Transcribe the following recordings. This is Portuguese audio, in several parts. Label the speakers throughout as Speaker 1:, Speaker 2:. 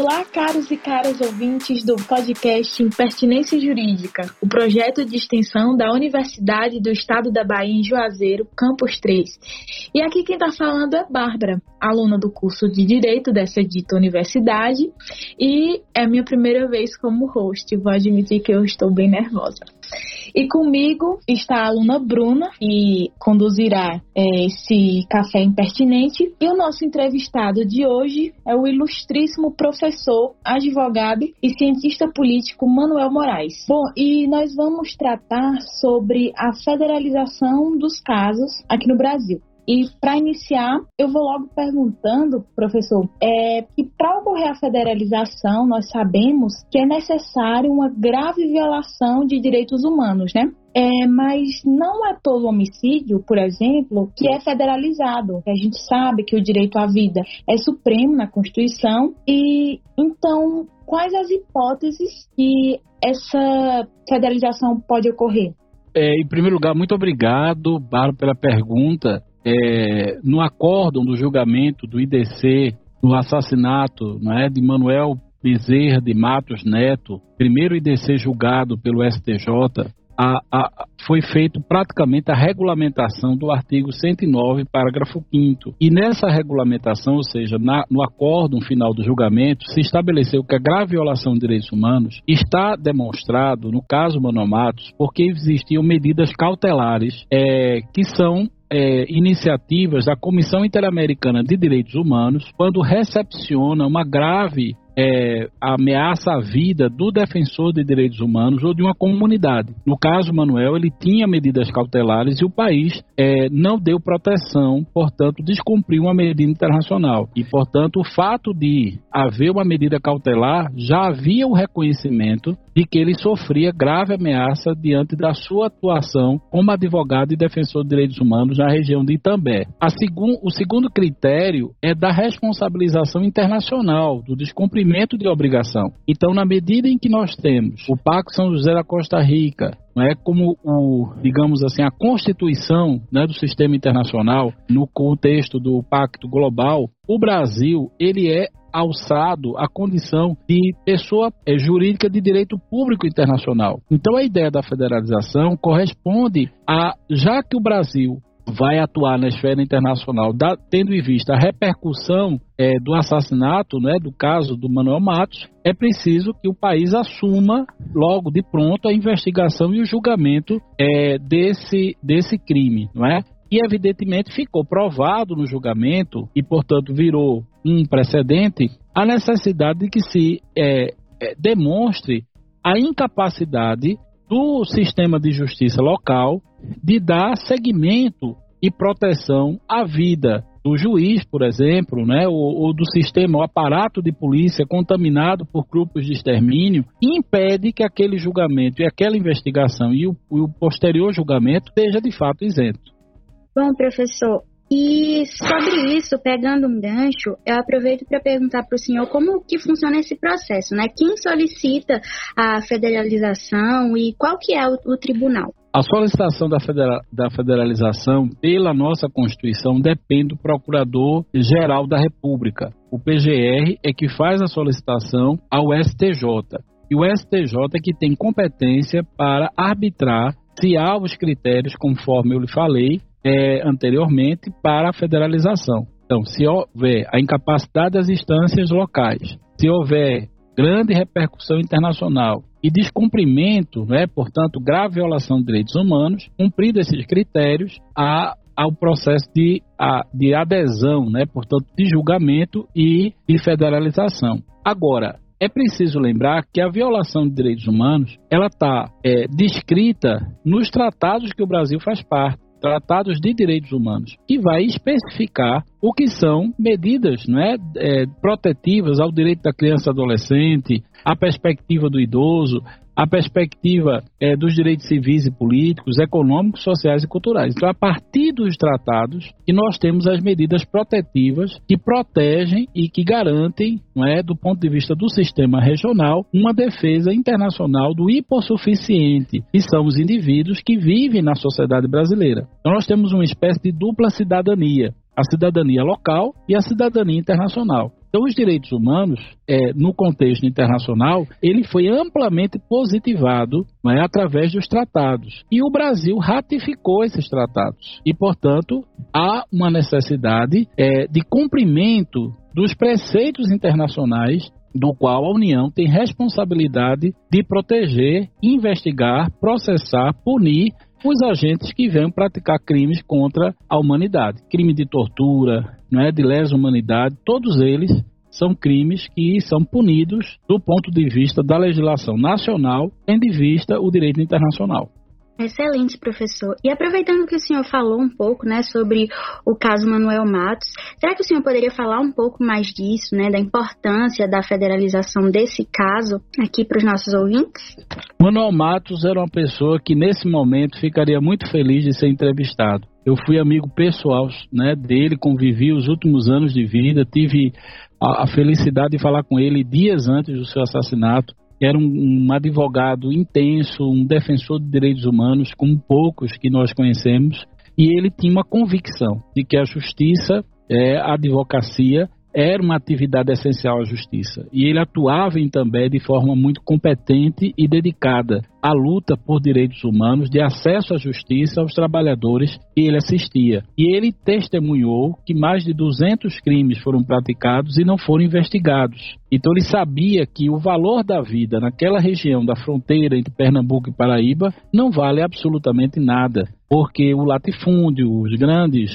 Speaker 1: Olá, caros e caras ouvintes do podcast Impertinência Jurídica, o projeto de extensão da Universidade do Estado da Bahia em Juazeiro, Campus 3. E aqui quem está falando é Bárbara, aluna do curso de Direito dessa dita universidade, e é a minha primeira vez como host, vou admitir que eu estou bem nervosa. E comigo está a aluna Bruna, que conduzirá esse café impertinente. E o nosso entrevistado de hoje é o ilustríssimo professor, advogado e cientista político Manuel Moraes. Bom, e nós vamos tratar sobre a federalização dos casos aqui no Brasil. E para iniciar, eu vou logo perguntando, professor, que para ocorrer a federalização, nós sabemos que é necessário uma grave violação de direitos humanos, né? Mas não é todo homicídio, por exemplo, que é federalizado. A gente sabe que o direito à vida é supremo na Constituição. E então, quais as hipóteses que essa federalização pode ocorrer?
Speaker 2: Em primeiro lugar, muito obrigado, Bárbara, pela pergunta. No acórdão do julgamento do IDC, no assassinato, de Manuel Bezerra de Matos Neto, primeiro IDC julgado pelo STJ, foi feito praticamente a regulamentação do artigo 109, parágrafo 5º. E nessa regulamentação, ou seja, no acórdão final do julgamento, se estabeleceu que a grave violação de direitos humanos está demonstrado, no caso Manuel Matos, porque existiam medidas cautelares que são iniciativas da Comissão Interamericana de Direitos Humanos quando recepciona uma grave ameaça à vida do defensor de direitos humanos ou de uma comunidade. No caso, Manuel, ele tinha medidas cautelares e o país não deu proteção, portanto, descumpriu uma medida internacional. E, portanto, o fato de haver uma medida cautelar, já havia o reconhecimento de que ele sofria grave ameaça diante da sua atuação como advogado e defensor de direitos humanos na região de Itambé. O segundo critério é da responsabilização internacional, do descumprimento de obrigação. Então, na medida em que nós temos o Pacto São José da Costa Rica, como digamos assim, a constituição do sistema internacional no contexto do Pacto Global, o Brasil, ele é alçado à condição de pessoa jurídica de direito público internacional. Então, a ideia da federalização corresponde já que o Brasil vai atuar na esfera internacional, tendo em vista a repercussão do assassinato, do caso do Manuel Matos, é preciso que o país assuma logo de pronto a investigação e o julgamento desse crime, E, evidentemente, ficou provado no julgamento e, portanto, virou um precedente a necessidade de que se demonstre a incapacidade do sistema de justiça local de dar seguimento e proteção à vida do juiz, por exemplo, ou do sistema, o aparato de polícia contaminado por grupos de extermínio, e impede que aquele julgamento e aquela investigação e o posterior julgamento seja de fato isento.
Speaker 3: Bom, professor, e sobre isso, pegando um gancho, eu aproveito para perguntar para o senhor como que funciona esse processo, Quem solicita a federalização e qual que é o tribunal?
Speaker 2: A solicitação da federalização pela nossa Constituição depende do Procurador-Geral da República. O PGR é que faz a solicitação ao STJ. E o STJ é que tem competência para arbitrar se há os critérios, conforme eu lhe falei anteriormente, para a federalização. Então, se houver a incapacidade das instâncias locais, se houver grande repercussão internacional e descumprimento, portanto, grave violação de direitos humanos, cumprido esses critérios, ao processo de adesão, portanto, de julgamento e de federalização. Agora, é preciso lembrar que a violação de direitos humanos ela está descrita nos tratados que o Brasil faz parte, tratados de direitos humanos, que vai especificar o que são medidas protetivas ao direito da criança e adolescente, à perspectiva do idoso, a perspectiva dos direitos civis e políticos, econômicos, sociais e culturais. Então, a partir dos tratados, que nós temos as medidas protetivas que protegem e que garantem, do ponto de vista do sistema regional, uma defesa internacional do hipossuficiente, que são os indivíduos que vivem na sociedade brasileira. Então, nós temos uma espécie de dupla cidadania, a cidadania local e a cidadania internacional. Então, os direitos humanos, no contexto internacional, ele foi amplamente positivado, né, através dos tratados. E o Brasil ratificou esses tratados. E, portanto, há uma necessidade de cumprimento dos preceitos internacionais, do qual a União tem responsabilidade de proteger, investigar, processar, punir os agentes que venham praticar crimes contra a humanidade. Crime de tortura, de lesa humanidade, todos eles são crimes que são punidos do ponto de vista da legislação nacional, tendo em vista o direito internacional.
Speaker 3: Excelente, professor. E aproveitando que o senhor falou um pouco, sobre o caso Manuel Matos, será que o senhor poderia falar um pouco mais disso, da importância da federalização desse caso aqui para os nossos ouvintes?
Speaker 2: Manuel Matos era uma pessoa que nesse momento ficaria muito feliz de ser entrevistado. Eu fui amigo pessoal dele, convivi os últimos anos de vida, tive a felicidade de falar com ele dias antes do seu assassinato. Era um advogado intenso, um defensor de direitos humanos, como poucos que nós conhecemos, e ele tinha uma convicção de que a justiça, a advocacia, era uma atividade essencial à justiça. E ele atuava em Itambé de forma muito competente e dedicada à luta por direitos humanos, de acesso à justiça aos trabalhadores que ele assistia. E ele testemunhou que mais de 200 crimes foram praticados e não foram investigados. Então ele sabia que o valor da vida naquela região da fronteira entre Pernambuco e Paraíba não vale absolutamente nada, porque o latifúndio, os grandes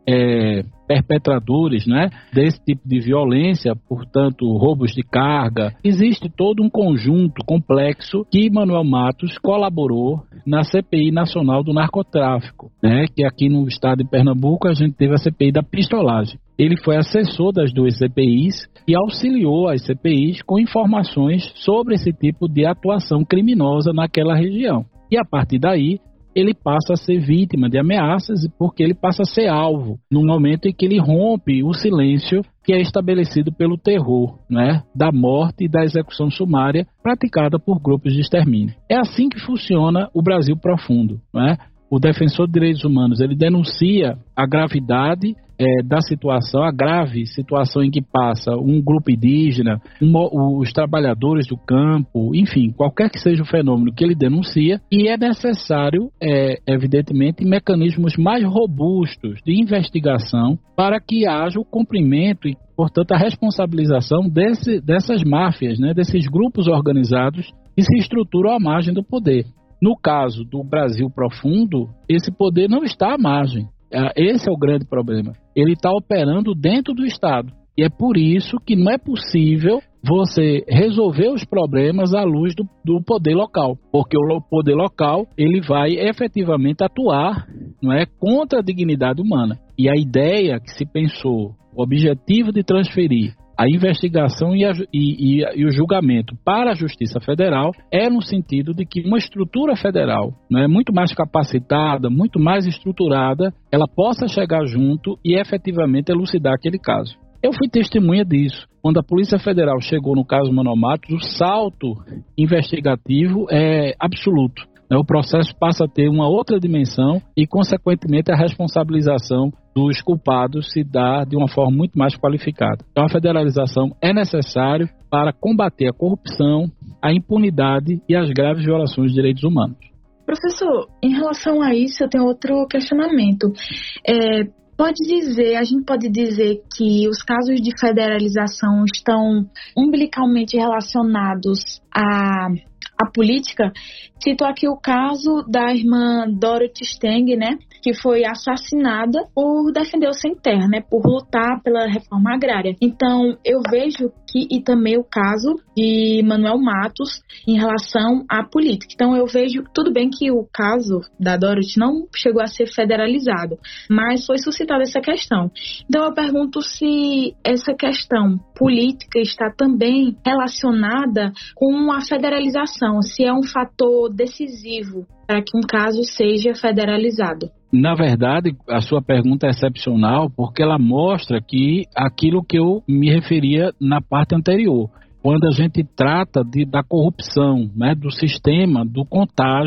Speaker 2: perpetradores desse tipo de violência, portanto roubos de carga, existe todo um conjunto complexo que Manuel Matos colaborou na CPI Nacional do Narcotráfico, que aqui no estado de Pernambuco a gente teve a CPI da pistolagem. Ele foi assessor das duas CPIs e auxiliou as CPIs com informações sobre esse tipo de atuação criminosa naquela região. E a partir daí, ele passa a ser vítima de ameaças porque ele passa a ser alvo no momento em que ele rompe o silêncio que é estabelecido pelo terror, da morte e da execução sumária praticada por grupos de extermínio. É assim que funciona o Brasil profundo, O defensor de direitos humanos, ele denuncia a gravidade da situação, a grave situação em que passa um grupo indígena, os trabalhadores do campo, enfim, qualquer que seja o fenômeno que ele denuncia, e é necessário, evidentemente, mecanismos mais robustos de investigação para que haja o cumprimento e, portanto, a responsabilização dessas máfias, desses grupos organizados que se estruturam à margem do poder. No caso do Brasil profundo, esse poder não está à margem. Esse é o grande problema. Ele está operando dentro do Estado. E é por isso que não é possível você resolver os problemas à luz do poder local. Porque o poder local ele vai efetivamente atuar contra a dignidade humana. E a ideia que se pensou, o objetivo de transferir a investigação e o julgamento para a Justiça Federal é no sentido de que uma estrutura federal muito mais capacitada, muito mais estruturada, ela possa chegar junto e efetivamente elucidar aquele caso. Eu fui testemunha disso. Quando a Polícia Federal chegou no caso Manuel Matos, o salto investigativo é absoluto. O processo passa a ter uma outra dimensão e, consequentemente, a responsabilização dos culpados se dá de uma forma muito mais qualificada. Então, a federalização é necessária para combater a corrupção, a impunidade e as graves violações de direitos humanos.
Speaker 1: Professor, em relação a isso, eu tenho outro questionamento. A gente pode dizer que os casos de federalização estão umbilicalmente relacionados à política? Cito aqui o caso da irmã Dorothy Stang, que foi assassinada por defender o sem terra, por lutar pela reforma agrária. Então, eu vejo e também o caso de Manuel Matos em relação à política. Então, eu vejo, tudo bem que o caso da Dorothy não chegou a ser federalizado, mas foi suscitada essa questão. Então, eu pergunto se essa questão política está também relacionada com a federalização, se é um fator decisivo para que um caso seja federalizado.
Speaker 2: Na verdade, a sua pergunta é excepcional porque ela mostra que aquilo que eu me referia na parte anterior, quando a gente trata da corrupção, do sistema, do contágio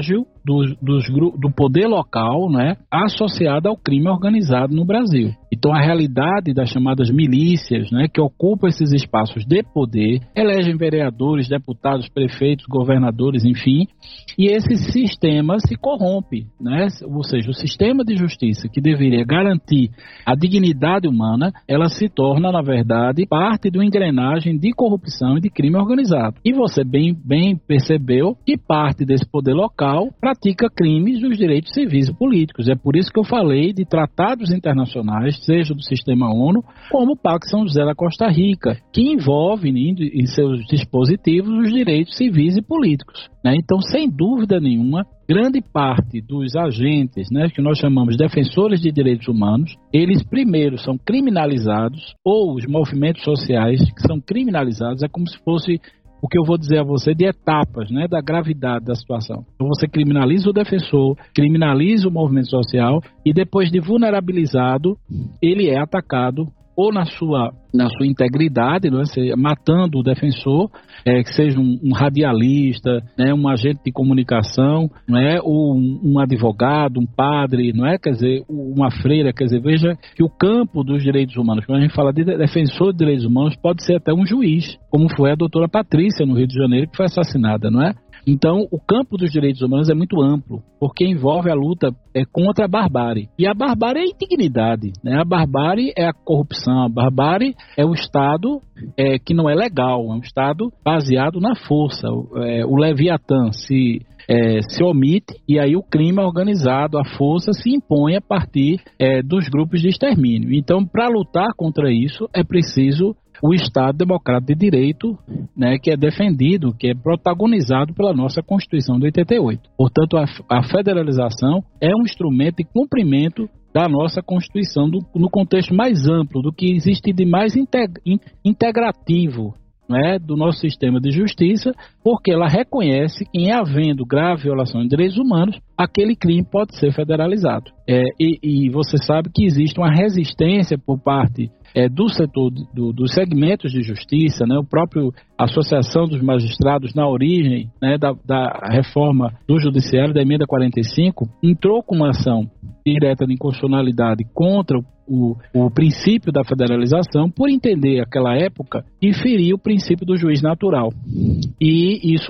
Speaker 2: do poder local, né, associado ao crime organizado no Brasil. Então a realidade das chamadas milícias, né, que ocupam esses espaços de poder, elegem vereadores, deputados, prefeitos, governadores, enfim, e esse sistema se corrompe, né? Ou seja, o sistema de justiça que deveria garantir a dignidade humana, ela se torna, na verdade, parte de uma engrenagem de corrupção e de crime organizado. E você bem percebeu que parte desse poder local pratica crimes dos direitos civis e políticos. É por isso que eu falei de tratados internacionais, seja do sistema ONU, como o Pacto São José da Costa Rica, que envolve em seus dispositivos os direitos civis e políticos, né? Então, sem dúvida nenhuma, grande parte dos agentes, né, que nós chamamos de defensores de direitos humanos, eles primeiro são criminalizados, ou os movimentos sociais que são criminalizados, é como se fosse o que eu vou dizer a você de etapas, né, da gravidade da situação. Então você criminaliza o defensor, criminaliza o movimento social e depois de vulnerabilizado, ele é atacado ou na sua integridade, né, matando o defensor, que seja um radialista, né, um agente de comunicação, né, ou um advogado, um padre, não é? Quer dizer, uma freira. Quer dizer, veja que o campo dos direitos humanos, quando a gente fala de defensor de direitos humanos, pode ser até um juiz, como foi a doutora Patrícia no Rio de Janeiro, que foi assassinada, não é? Então, o campo dos direitos humanos é muito amplo, porque envolve a luta contra a barbárie. E a barbárie é a indignidade, né? A barbárie é a corrupção, a barbárie é o Estado que não é legal, é um Estado baseado na força. O Leviatã se omite e aí o crime organizado, a força, se impõe a partir dos grupos de extermínio. Então, para lutar contra isso, é preciso o Estado Democrático de Direito, né, que é defendido, que é protagonizado pela nossa Constituição de 88. Portanto, a federalização é um instrumento de cumprimento da nossa Constituição no contexto mais amplo, do que existe de mais integrativo, né, do nosso sistema de justiça, porque ela reconhece que, em havendo grave violação de direitos humanos, aquele crime pode ser federalizado. E você sabe que existe uma resistência por parte do setor dos segmentos de justiça, né, o próprio Associação dos Magistrados, na origem, né, da reforma do Judiciário, da emenda 45, entrou com uma ação direta de inconstitucionalidade contra o princípio da federalização, por entender aquela época e ferir o princípio do juiz natural. E isso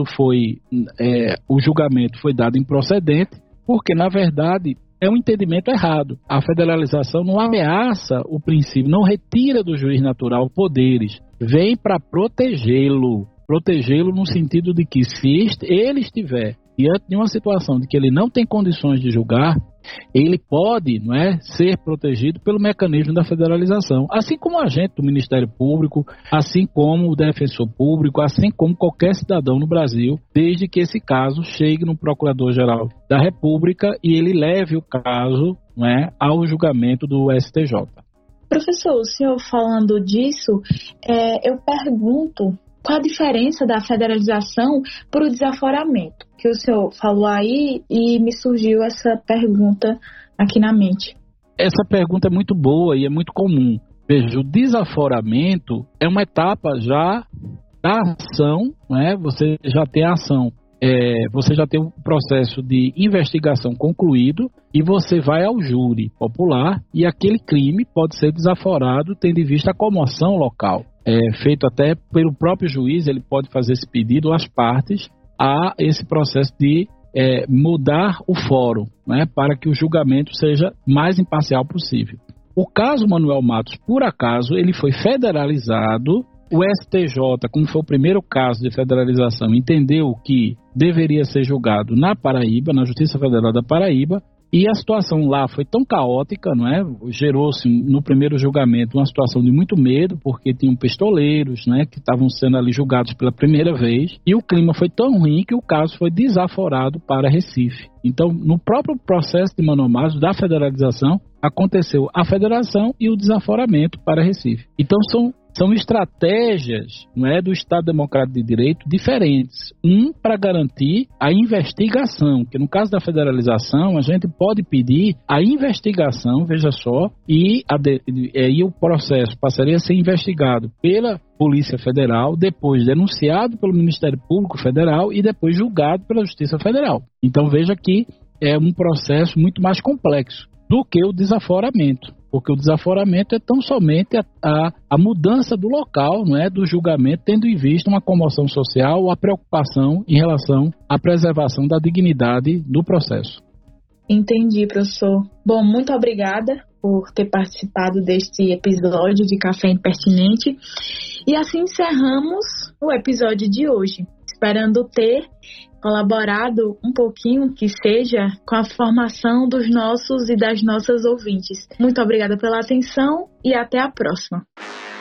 Speaker 2: o julgamento foi dado improcedente, porque, na verdade, é um entendimento errado. A federalização não ameaça o princípio, não retira do juiz natural poderes, vem para protegê-lo no sentido de que, se ele estiver diante de uma situação de que ele não tem condições de julgar, ele pode, não é, ser protegido pelo mecanismo da federalização, assim como o agente do Ministério Público, assim como o defensor público, assim como qualquer cidadão no Brasil, desde que esse caso chegue no Procurador-Geral da República e ele leve o caso, não é, ao julgamento do STJ.
Speaker 1: Professor, o senhor falando disso, eu pergunto qual a diferença da federalização para o desaforamento, que o senhor falou aí e me surgiu essa pergunta aqui na mente.
Speaker 2: Essa pergunta é muito boa e é muito comum. Veja, o desaforamento é uma etapa já da ação, né? Você já tem a ação, você já tem o processo de investigação concluído e você vai ao júri popular e aquele crime pode ser desaforado tendo em vista a comoção local. Feito até pelo próprio juiz, ele pode fazer esse pedido às partes a esse processo de mudar o fórum, né, para que o julgamento seja mais imparcial possível. O caso Manuel Matos, por acaso, ele foi federalizado. O STJ, como foi o primeiro caso de federalização, entendeu que deveria ser julgado na Paraíba, na Justiça Federal da Paraíba, e a situação lá foi tão caótica, não é? Gerou-se no primeiro julgamento uma situação de muito medo, porque tinham pistoleiros, né, que estavam sendo ali julgados pela primeira vez, e o clima foi tão ruim que o caso foi desaforado para Recife. Então, no próprio processo de Manuel Matos, da federalização, aconteceu a federação e o desaforamento para Recife. Então, são estratégias, não é, do Estado Democrático de Direito diferentes. Para garantir a investigação, que no caso da federalização a gente pode pedir a investigação, veja só, e o processo passaria a ser investigado pela Polícia Federal, depois denunciado pelo Ministério Público Federal e depois julgado pela Justiça Federal. Então veja que é um processo muito mais complexo do que o desaforamento, porque o desaforamento é tão somente a mudança do local, não é, do julgamento, tendo em vista uma comoção social ou a preocupação em relação à preservação da dignidade do processo.
Speaker 1: Entendi, professor. Bom, muito obrigada por ter participado deste episódio de Café Impertinente. E assim encerramos o episódio de hoje, esperando ter colaborado um pouquinho, que seja, com a formação dos nossos e das nossas ouvintes. Muito obrigada pela atenção e até a próxima.